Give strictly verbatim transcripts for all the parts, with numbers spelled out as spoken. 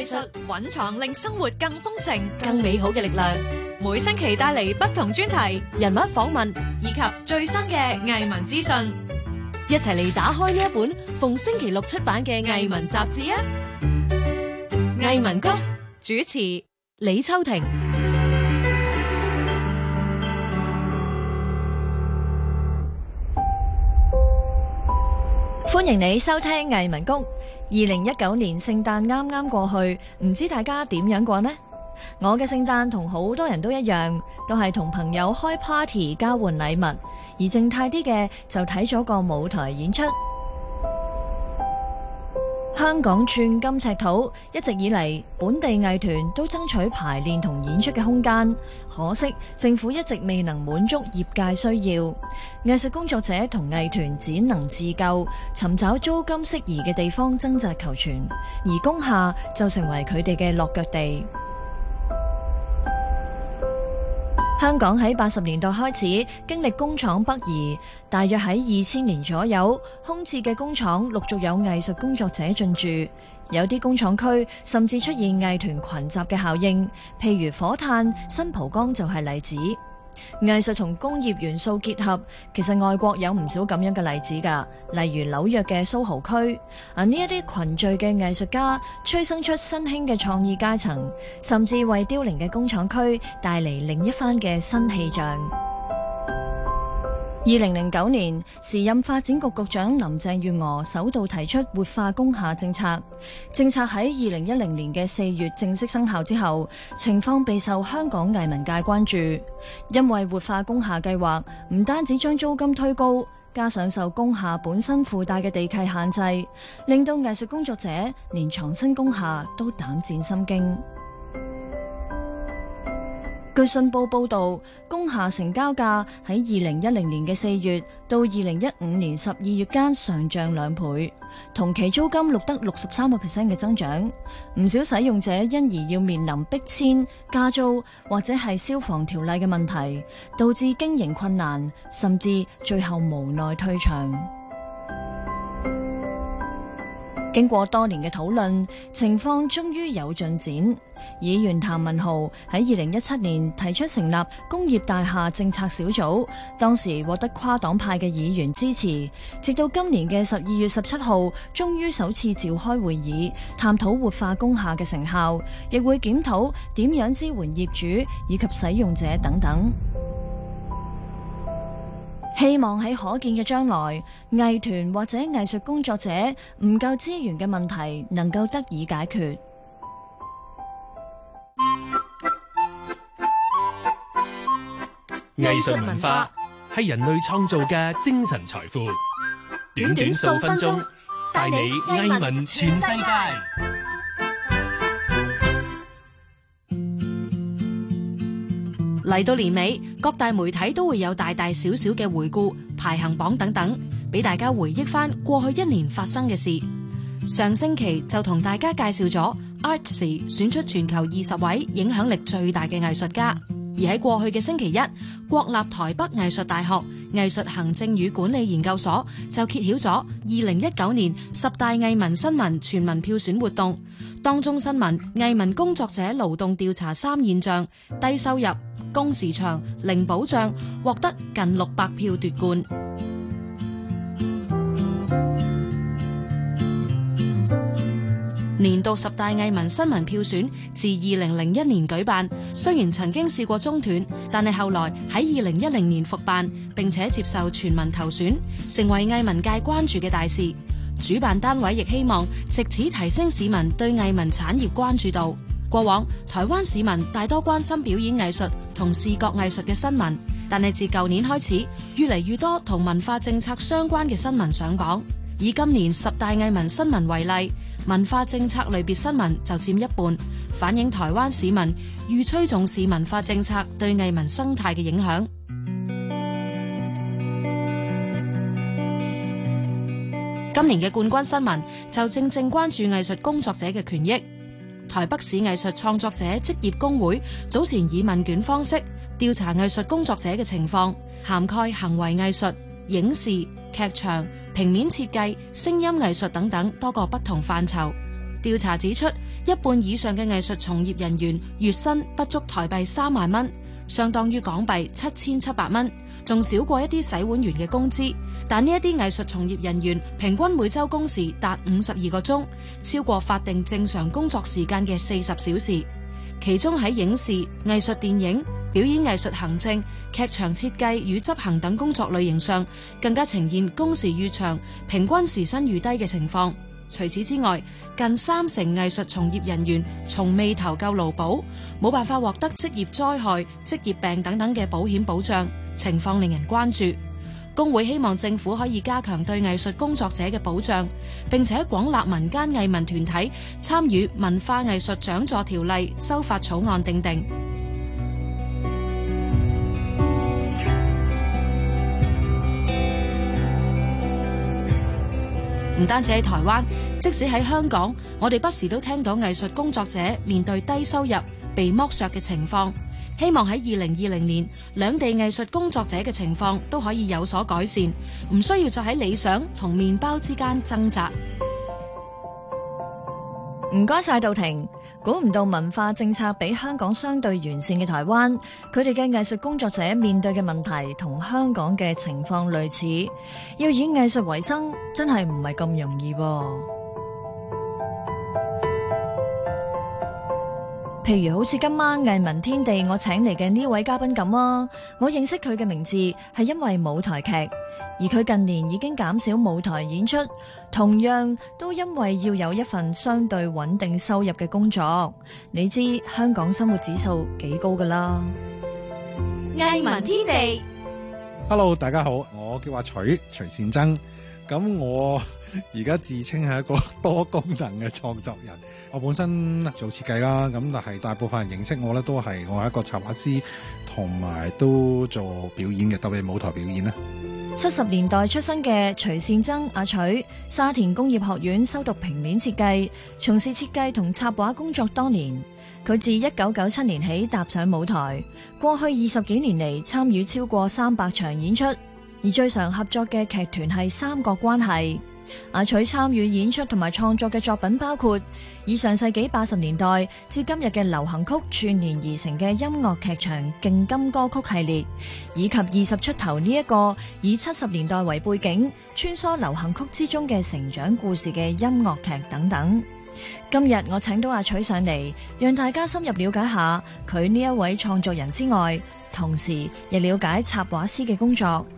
術蘊藏令生活更豐盛、 更美好嘅力量。 每星期帶嚟不同專題、 人物訪問以及最新嘅藝文資訊， 一齊嚟打開呢一本逢星期六出版嘅藝文雜誌啊！藝文谷主持李秋婷。 歡迎你收聽藝文谷。二零一九年聖誕啱啱過去，唔知大家點樣過呢？我嘅聖誕同好多人都一樣，都係同朋友開 party 交換禮物，而靜態啲嘅就睇咗個舞台演出。香港寸金尺土，一直以嚟本地藝團都爭取排練同演出嘅空間，可惜政府一直未能滿足業界需要，藝術工作者同藝團只能自救，尋找租金適宜嘅地方掙扎求存，而工廈就成為佢哋嘅落腳地。香港喺八十年代開始經歷工廠北移，大約喺二千年左右，空置嘅工廠陸續有藝術工作者進駐，有啲工廠區甚至出現藝團群集嘅效應，譬如火炭、新蒲崗就係例子。藝術同工業元素結合，其實外國有唔少咁樣嘅例子㗎，例如紐約嘅蘇豪區。啊，呢一啲群聚嘅藝術家催生出新興嘅創意階層，甚至為凋零嘅工廠區帶嚟另一番嘅新氣象。二零零九年，時任發展局局長林鄭月娥首度提出活化工廈政策。政策喺二零一零年嘅四月正式生效之後，情況備受香港藝文界關注。因為活化工廈計劃唔單止將租金推高，加上受工廈本身附帶嘅地契限制，令到藝術工作者連藏身工廈都膽戰心驚。據信報報道，工廈成交價喺二零一零年嘅四月到二零一五年十二月間上漲兩倍，同期租金錄得六十三個 percent 嘅增長。唔少使用者因而要面臨逼遷、加租或者係消防條例嘅問題，導致經營困難，甚至最後無奈退場。經過多年嘅討論，情況終於有進展。議員譚文豪喺二零一七年提出成立工業大廈政策小組，當時獲得跨黨派嘅議員支持。直到今年嘅十二月十七號，終於首次召開會議，探討活化工廈嘅成效，亦會檢討點樣支援業主以及使用者等等。希望喺可見嘅將來，藝團或者藝術工作者唔夠資源嘅問題能夠得以解決。 藝術文化係人類創造嘅精神財富。短短數分鐘，帶你藝文全世界。 嚟到年尾，各大媒體都會有大大小小嘅回顧、排行榜等等，俾大家回憶翻過去一年發生嘅事。上星期就同大家介紹咗 Artsy 選出全球二十位影響力最大嘅藝術家，而喺過去嘅星期一，國立台北藝術大學藝術行政與管理研究所就揭曉咗二零一九年十大藝文新聞全民票選活動，當中新聞藝文工作者勞動調查三現象、低收入、工時長、零保障獲得近六百票奪冠。年度十大藝文新聞票選自二零零一年舉辦，雖然曾經試過中斷，但係後來喺二零一零年復辦，並且接受全民投選，成為藝文界關注嘅大事。主辦單位亦希望藉此提升市民對藝文產業關注度。過往台灣市民大多關心表演藝術同視覺藝術嘅新聞，但係自舊年開始，越嚟越多同文化政策相關嘅新聞上榜。以今年十大藝文新聞為例，文化政策類別新聞就佔一半，反映台灣市民愈趨重視文化政策對藝文生態嘅影響。今年嘅冠軍新聞就正正關注藝術工作者嘅權益。台北市藝術創作者職業工會早前以問卷方式調查藝術工作者嘅情況，涵蓋行為藝術、影視、劇場、平面設計、聲音藝術等等多個不同範疇。 調查指出，一半以上嘅藝術從業人員月薪不足台幣三萬蚊，相當於港幣七千七百蚊，仲少過一啲洗碗員嘅工資。但呢一啲藝術從業人員平均每週工時達五十二個鐘，超過法定正常工作時間嘅四十小時。其中喺影視、藝術電影、表演藝術行政、劇場設計與執行等工作類型上，更加呈現工時愈長、平均時薪愈低嘅情況。除此之外，近三成藝術從業人員從未投夠勞保，冇辦法獲得職業災害、職業病等等嘅保險保障，情況令人關注。工會希望政府可以加強對藝術工作者嘅保障，並且廣納民間藝文團體參與文化藝術獎助條例修法草案訂定。唔單止喺台灣，即使喺香港，我哋不時都聽到藝術工作者面對低收入、被剝削嘅情況。希望喺二零二零年，兩地藝術工作者嘅情況都可以有所改善，唔需要再喺理想同麵包之間掙扎。 唔該晒杜婷，估唔到文化政策比香港相對完善嘅台灣，佢哋嘅藝術工作者面對嘅問題同香港嘅情況類似，要以藝術為生真係唔係咁容易喎。譬如好似今晚藝文天地我請嚟嘅呢位嘉賓咁啊，我認識佢嘅名字係因為舞台劇，而佢近年已經減少舞台演出，同樣都因為要有一份相對穩定收入嘅工作。你知香港生活指數幾高㗎啦。 藝文天地 ，Hello， 大家好，我叫阿徐徐善曾，咁我而家自稱係一個多功能嘅創作人。我本身做設計啦，咁但係大部分人認識我咧都係我係一個插畫師，同埋都做表演嘅，特別係舞台表演啦。 七十年代出生嘅徐善曾阿徐，沙田工業學院修讀平面設計，從事設計同插畫工作多年。佢自一九九七年起踏上舞台，過去二十幾年嚟參與超過三百場演出，而最常合作嘅劇團係三角關係。阿徐參與演出同埋創作嘅作品包括以上世紀八十年代至今日嘅流行曲串聯而成嘅音樂劇場勁金歌曲系列，以及二十出頭呢一個以七十年代為背景穿梭流行曲之中嘅成長故事嘅音樂劇等等。今日我請到阿徐上嚟，讓大家深入了解下佢呢一位創作人之外，同時亦了解插畫師嘅工作。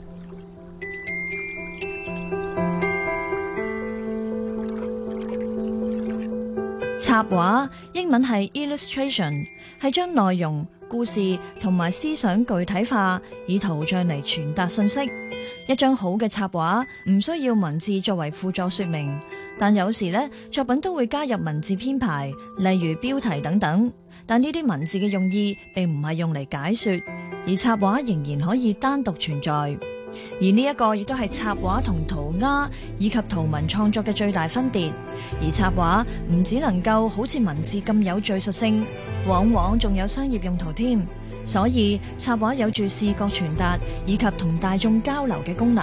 插畫英文係 illustration， 係將內容、故事同埋思想具體化，以圖像嚟傳達信息。一張好嘅插畫唔需要文字作為輔助說明，但有時呢，作品都會加入文字編排，例如標題等等。但呢啲文字嘅用意並唔係用嚟解說，而插畫仍然可以單獨存在。而呢一個亦都係插畫同塗鴉以及圖文創作嘅最大分別。而插畫唔只能夠好似文字咁有敘述性，往往仲有商業用途添。所以插畫有住視覺傳達以及同大眾交流嘅功能。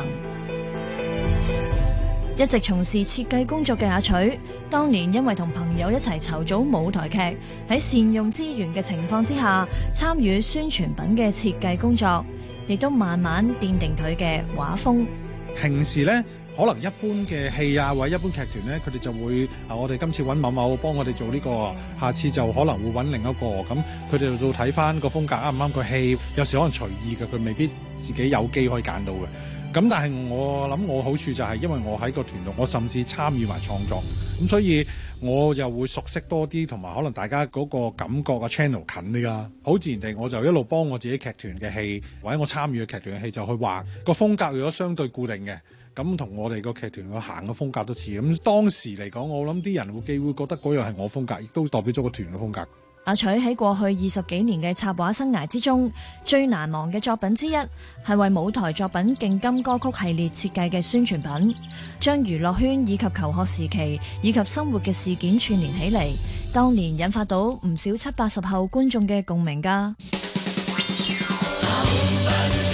一直從事設計工作嘅阿徐，當年因為同朋友一齊籌組舞台劇，喺善用資源嘅情況之下，參與宣傳品嘅設計工作，亦都慢慢奠定佢嘅畫風。 平時咧，可能一般嘅戲啊，或者一般劇團咧，佢哋就會啊，我哋今次揾某某幫我哋做呢個，下次就可能會揾另一個。咁佢哋就睇翻個風格啱唔啱個戲，有時可能隨意嘅，佢未必自己有機可以揀到嘅。咁但係我諗我好處就係因為我喺個團度，我甚至參與埋創作，咁所以我又會熟悉多啲，同埋可能大家嗰個感覺嘅 channel 近啲啦。好自然地，我就一路幫我自己劇團嘅戲，或者我參與嘅劇團嘅戲就去畫個風格。如果相對固定嘅，咁同我哋個劇團去行嘅風格都似。咁當時嚟講，我諗啲人會機會覺得嗰樣係我風格，亦都代表咗個團嘅風格。 阿徐喺過去二十幾年嘅插畫生涯之中，最難忘嘅作品之一係為舞台作品勁金歌曲系列設計嘅宣傳品，將娛樂圈以及求學時期以及生活嘅事件串聯起嚟，當年引發到唔少七八十後觀眾嘅共鳴㗎。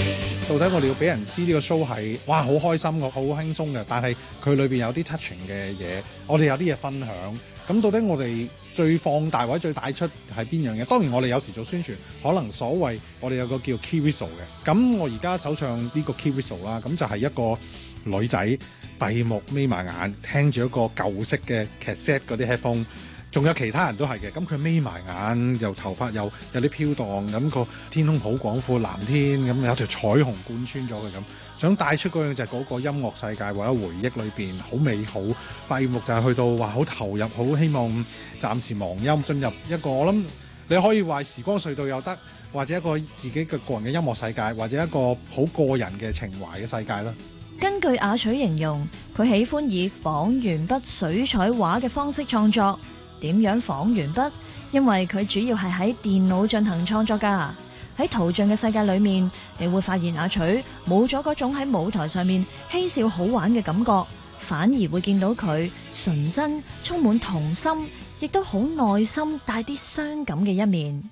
到底我哋要俾人知呢個 show 係哇好開心，好輕鬆嘅，但係佢裏邊有啲 touching 嘅嘢，我哋有啲嘢分享。咁到底我哋最放大或者最帶出係邊樣嘢？當然我哋有時做宣傳，可能所謂我哋有個叫 key visual 嘅。咁我而家手上呢個 key visual 啦，咁就係一個女仔閉目眯埋眼，聽住一個舊式嘅 cassette 嗰啲 headphone。仲有其他人都係嘅，咁佢眯埋眼，又頭髮又有啲飄蕩，咁個天空好廣闊，藍天咁有條彩虹貫穿咗佢咁，想帶出嗰樣就係嗰個音樂世界或者回憶裏邊好美好。閉目就係去到話好投入，好希望暫時忘音，進入一個我諗你可以話時光隧道又得，或者一個自己嘅個人嘅音樂世界，或者一個好個人嘅情懷嘅世界啦。 根據阿取形容，佢喜歡以仿鉛筆水彩畫嘅方式創作。點樣仿鉛筆？因為佢主要係喺電腦進行創作㗎。喺圖像嘅世界裏面，你會發現阿取冇咗嗰種喺舞台上面嬉笑好玩嘅感覺，反而會見到佢純真、充滿童心，亦都好內心帶啲傷感嘅一面。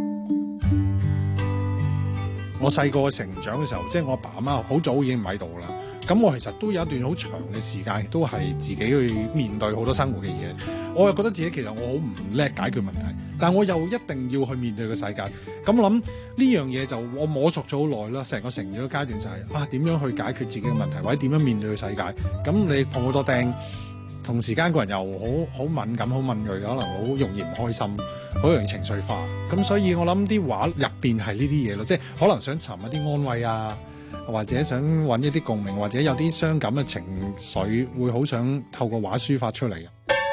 我細個成長嘅時候，即係我阿爸阿媽好早已經唔喺度啦。咁我其實都有一段好長嘅時間，都係自己去面對好多生活嘅嘢。我又覺得自己其實我好唔叻解決問題，但我又一定要去面對個世界。咁我諗呢樣嘢就我摸索咗好耐啦。成個成長嘅階段就係、是、啊點樣去解決自己嘅問題，或者點樣面對個世界。咁你碰好多釘，同時間個人又好好敏感、好敏鋭，可能好容易唔開心，好容易情緒化。咁所以我諗啲畫入邊係呢啲嘢咯，即係可能想尋一啲安慰啊。或者想揾一啲共鳴，或者有啲傷感嘅情緒，會好想透過畫抒發出嚟嘅。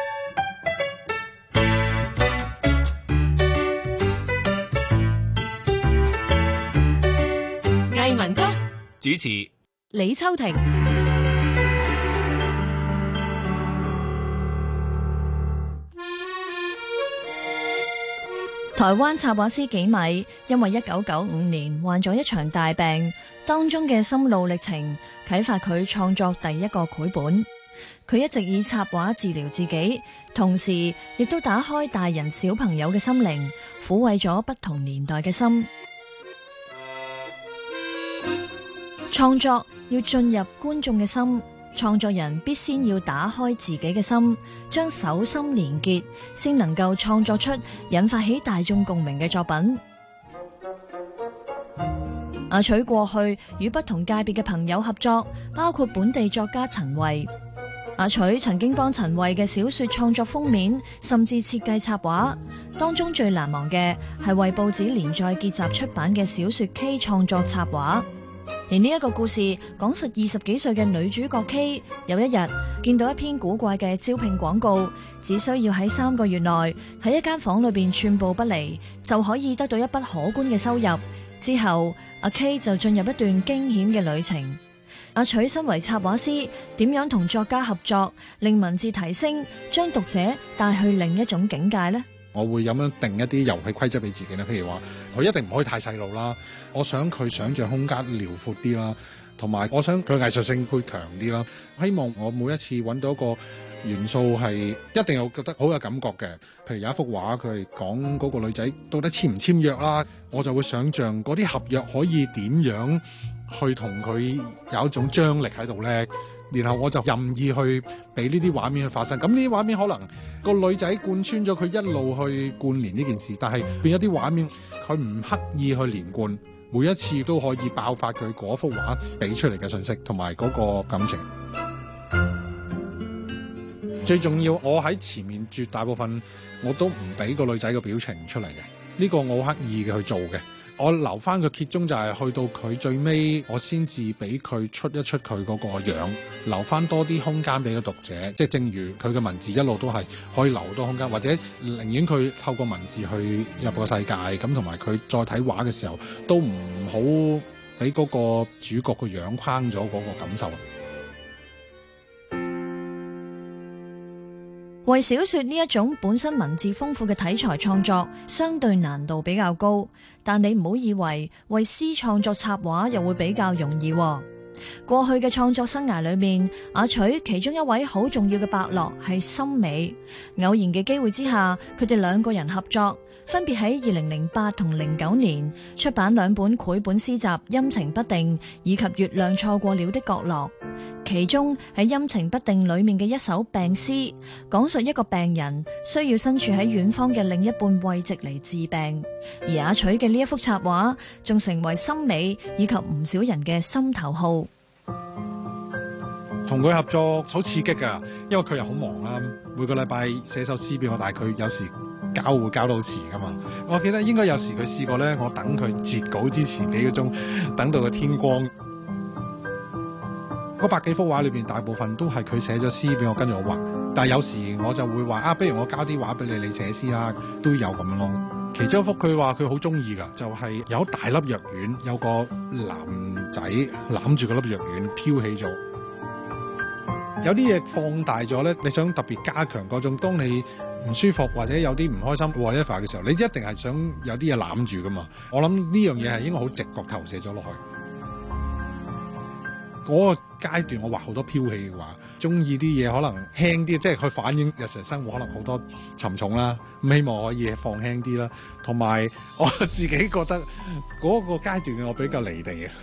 藝文谷主持李秋婷。 台灣插畫師紀米因為一九九五年患咗一場大病，當中嘅心路歷程啟發佢創作第一個繪本。佢一直以插畫治療自己，同時亦都打開大人小朋友嘅心靈，撫慰咗不同年代嘅心。創作要進入觀眾嘅心，創作人必先要打開自己嘅心，將手心連結，先能夠創作出引發起大眾共鳴嘅作品。阿取過去與不同界別嘅朋友合作，包括本地作家陳慧。阿取曾經幫陳慧嘅小說創作封面，甚至設計插畫。當中最難忘嘅係為報紙連載結集出版嘅小說 K 創作插畫。而呢一個故事講述二十幾歲嘅女主角 K， 有一日見到一篇古怪嘅招聘廣告，只需要喺三個月內喺一間房裏邊寸步不離，就可以得到一筆可觀嘅收入。之後阿 K 就進入一段驚險嘅旅程。阿取身為插畫師，點樣同作家合作，令文字提升，將讀者帶去另一種境界呢？ 我會咁樣定一啲遊戲規則俾自己咧，譬如話佢一定唔可以太細路啦，我想佢想像空間遼闊啲啦，同埋我想佢藝術性會強啲啦。希望我每一次揾到一個元素係一定有覺得好有感覺嘅，譬如有一幅畫佢係講嗰個女仔到底簽唔簽約啦，我就會想像嗰啲合約可以點樣去同佢有一種張力喺度咧。然後我就任意去俾呢啲畫面去發生，咁呢啲畫面可能個女仔貫穿咗佢一路去貫連呢件事，但係變咗啲畫面佢唔刻意去連貫，每一次都可以爆發佢嗰幅畫俾出嚟嘅信息同埋嗰個感情。最重要，我喺前面絕大部分我都唔俾個女仔嘅表情出嚟嘅，呢個我刻意嘅去做嘅。我留翻個揭盅就係去到佢最尾，我先至俾佢出一出佢嗰個樣，留翻多啲空間俾個讀者。即係正如佢嘅文字一路都係可以留多空間，或者寧願佢透過文字去入個世界咁，同埋佢再睇畫嘅時候都唔好俾嗰個主角個樣框咗嗰個感受。 為小說呢一種本身文字豐富嘅題材創作，相對難度比較高。但你唔好以為為詩創作插畫又會比較容易。 過去嘅創作生涯裏面，阿取其中一位好重要嘅伯樂係森美。偶然嘅機會之下，佢哋兩個人合作，分別喺二零零八同零九年出版兩本繪本詩集《陰晴不定》以及《月亮錯過了的角落》。其中喺《陰晴不定》裏面嘅一首病詩，講述一個病人需要身處喺遠方嘅另一半慰藉嚟治病，而阿取嘅呢一幅插畫仲成為森美以及唔少人嘅心頭好。 同佢合作好刺激㗎，因為佢又好忙啦，每個禮拜寫首詩俾我，但係佢有時交會交到好遲㗎嘛。我記得應該有時佢試過咧，我等佢截稿之前幾個鐘，等到個天光。嗰百幾幅畫裏邊，大部分都係佢寫咗詩俾我，跟住我畫。但係有時我就會話啊，不如我交啲畫俾你，你寫詩啦，都有咁樣咯。其中一幅佢話佢好中意㗎，就係、是、有大粒藥丸，有個男仔攬住個粒藥丸飄起咗。有啲嘢放大咗咧，你想特別加強嗰種，當你唔舒服或者有啲唔開心 whatever 嘅時候，你一定係想有啲嘢攬住噶嘛。我諗呢樣嘢係應該好直覺投射咗落去。嗰個階段我畫好多飄起嘅畫，中意啲嘢可能輕啲，即係佢反映日常生活可能好多沉重啦。咁希望可以放輕啲啦。同埋我自己覺得嗰個階段嘅我比較離地啊。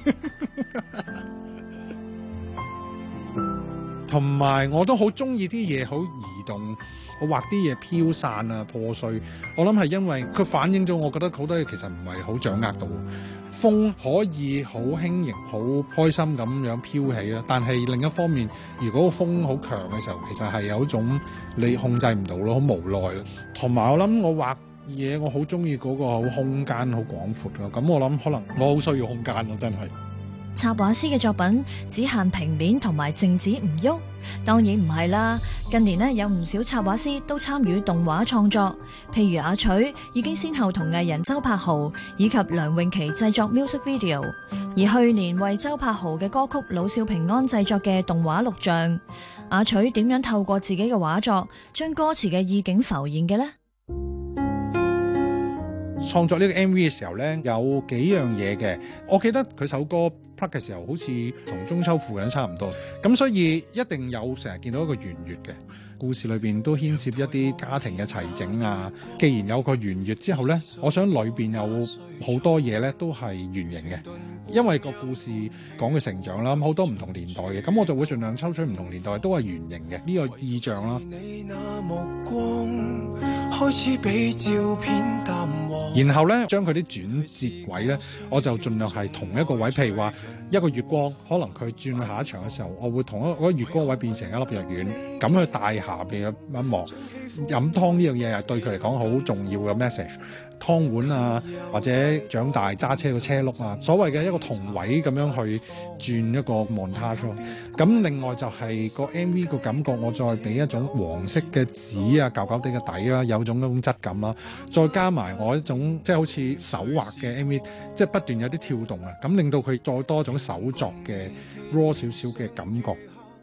同埋我都好中意啲嘢好移動，我畫啲嘢飄散啊破碎。我諗係因為佢反映咗，我覺得好多嘢其實唔係好掌握到。風可以好輕盈、好開心咁樣飄起啦，但係另一方面，如果個風好強嘅時候，其實係有一種你控制唔到咯，好無奈咯。同埋我諗我畫嘢，我好中意嗰個好空間、好廣闊咯。咁我諗可能我好需要空間咯，真係。 插畫師嘅作品只限平面同埋靜止唔喐，當然唔係啦。近年呢，有唔少插畫師都參與動畫創作，譬如阿取已經先後同藝人周柏豪以及梁詠琪製作 music video， 而去年為周柏豪嘅歌曲《老少平安》製作嘅動畫錄像，阿取點樣透過自己嘅畫作將歌詞嘅意境浮現嘅呢？ 創作呢個 M V 嘅時候咧，有幾樣嘢嘅。我記得佢首歌 plug 嘅時候，好似同中秋附近差唔多，咁所以一定有成日見到一個圓月嘅故事裏邊都牽涉一啲家庭嘅齊整啊。既然有個圓月之後咧，我想裏邊有好多嘢咧都係圓形嘅，因為個故事講嘅成長啦，好多唔同年代嘅，咁我就會盡量抽取唔同年代都係圓形嘅呢個意象啦。開始比照片淡黃，然後咧將佢啲轉折位咧，我就盡量係同一個位，譬如話一個月光，可能佢轉去下一場嘅時候，我會同一個月光位變成一粒藥丸，咁去帶下邊嘅一幕。飲湯呢樣嘢係對佢嚟講好重要嘅 message， 湯碗啊，或者長大揸車個車轆啊，所謂嘅一個同位咁樣去轉一個 montage。咁另外就係個 M V 個感覺，我再俾一種黃色嘅紙啊，舊舊地嘅底啦，有種嗰種質感啦，再加埋我一種即係好似手畫嘅 M V， 即係不斷有啲跳動啊，咁令到佢再多一種手作嘅 raw 少少嘅感覺。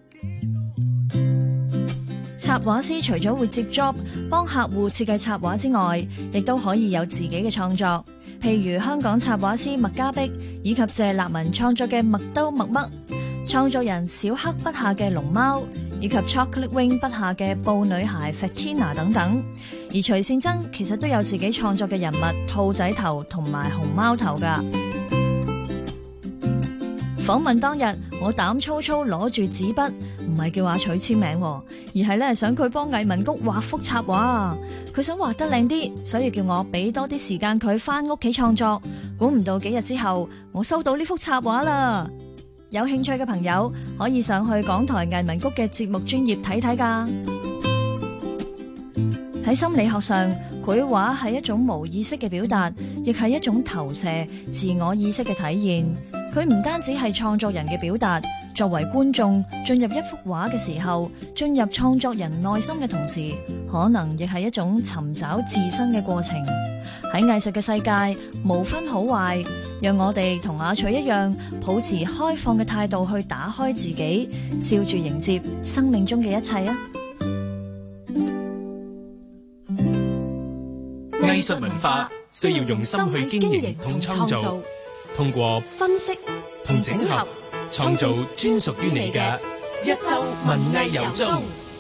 插畫師除咗會接 job 幫客戶設計插畫之外，亦都可以有自己嘅創作。譬如香港插畫師麥嘉碧以及謝立文創作嘅麥兜麥嘜，創作人小黑筆下嘅龍貓，以及 Chocolate Wing 筆下嘅布女孩 Fatina 等等。而徐善珍其實都有自己創作嘅人物兔仔頭同埋熊貓頭㗎。訪問當日，我膽粗粗攞住紙筆，唔係叫阿取簽名，而係咧想佢幫藝文谷畫幅插畫。佢想畫得靚啲，所以叫我俾多啲時間佢返屋企創作。估唔到幾日之後，我收到呢幅插畫啦。有興趣嘅朋友可以上去港台藝文谷嘅節目專頁睇睇㗎。喺心理學上，繪畫係一種無意識嘅表達，亦係一種投射自我意識嘅體現。佢唔單止係創作人嘅表達，作為觀眾進入一幅畫嘅時候，進入創作人內心嘅同時，可能亦係一種尋找自身嘅過程。喺藝術嘅世界，無分好壞，讓我哋同阿取一樣，抱持開放嘅態度去打開自己，笑住迎接生命中嘅一切啊！ 藝術文化需要用心去經營同創造，通過分析同整合， 創造專屬於你嘅一周文藝遊蹤。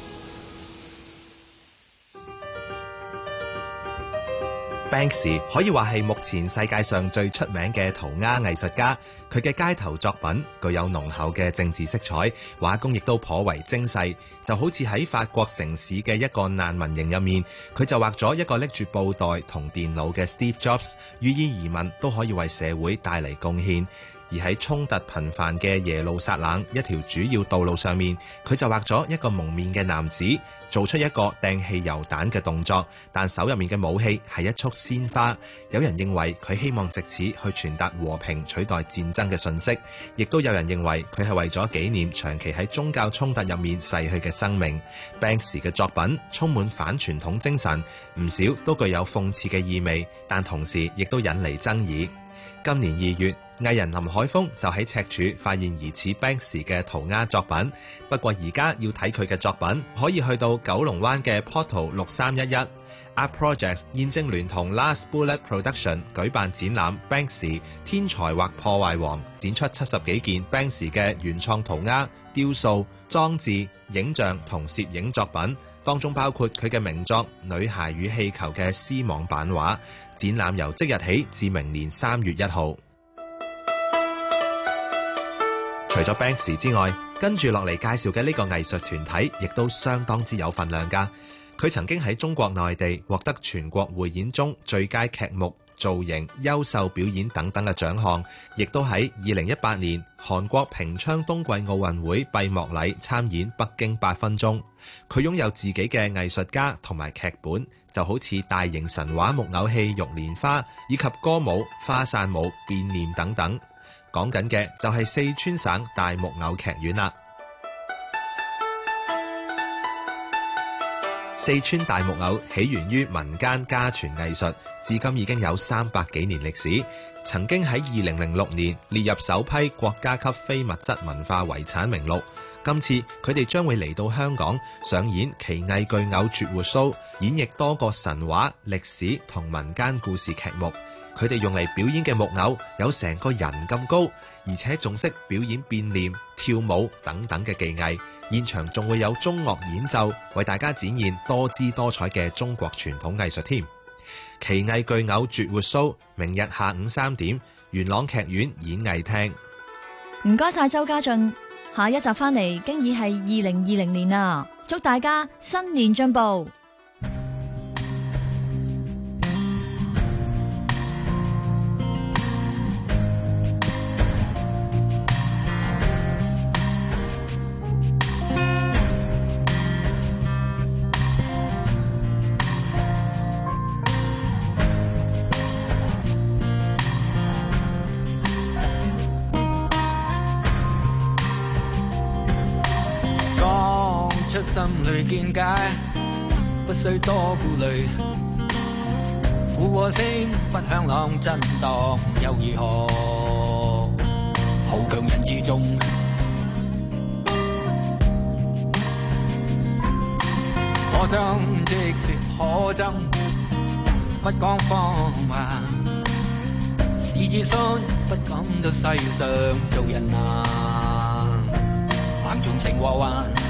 Banksy 可以話係目前世界上最出名嘅塗鴉藝術家，佢嘅街頭作品具有濃厚嘅政治色彩，畫工亦都頗為精細，就好似喺法國城市嘅一個難民營入面，佢就畫咗一個拎住布袋同電腦嘅 Steve Jobs， 寓意移民都可以為社會帶嚟貢獻。而喺衝突頻繁嘅耶路撒冷一條主要道路上面，佢就畫咗一個蒙面嘅男子，做出一個掟汽油彈嘅動作，但手入面嘅武器係一束鮮花。有人認為佢希望藉此去傳達和平取代戰爭嘅訊息，亦都有人認為佢係為咗紀念長期喺宗教衝突入面逝去嘅生命。Banksy 嘅作品充滿反傳統精神，唔少都具有諷刺嘅意味，但同時亦都引嚟爭議。今年二月，藝人林海峰就喺赤柱發現疑似 Banksy 嘅塗鴉作品，不過而家要睇佢嘅作品，可以去到九龍灣嘅 Portal 六三一一 Art Projects 現正聯同 Last Bullet Production 舉辦展覽 Banksy 天才或破壞王，展出七十幾件 Banksy 嘅原創塗鴉、雕塑、裝置、影像同攝影作品，當中包括佢嘅名作《女孩與氣球》嘅絲網版畫。展覽由即日起至明年三月一號。除咗 Banksy 之外，跟住落嚟介紹嘅呢個藝術團體亦都相當之有份量㗎。佢曾經喺中國內地獲得全國匯演中最佳劇目、造型、優秀表演等等嘅獎項，亦都喺二零一八年韓國平昌冬季奧運會閉幕禮參演北京八分鐘。佢擁有自己嘅藝術家同埋劇本，就好似大型神話木偶戲《玉蓮花》以及歌舞、花傘舞、變臉等等。講緊嘅就係四川省大木偶劇院啦。四川大木偶起源於民間家傳藝術，至今已經有三百幾年歷史。曾經喺二零零六年列入首批國家級非物質文化遺產名錄。今次佢哋將會嚟到香港上演奇藝巨偶絕活 show， 演繹多個神話、歷史同民間故事劇目。佢哋用嚟表演嘅木偶有成個人咁高，而且仲識表演變臉、跳舞等等嘅技藝。現場仲會有中樂演奏，為大家展現多姿多彩嘅中國傳統藝術添。奇藝巨偶絕活 show， 明日下午三點，元朗劇院演藝廳。 唔該晒周家俊，下一集翻嚟經已係二零二零年啦，祝大家新年進步。 出心裏見解，不需多顧慮。苦和聲不響朗震盪，又如何？好強人之中，可憎即是可憎，不講謊話。是自信不感到世上做人難，萬眾成禍患。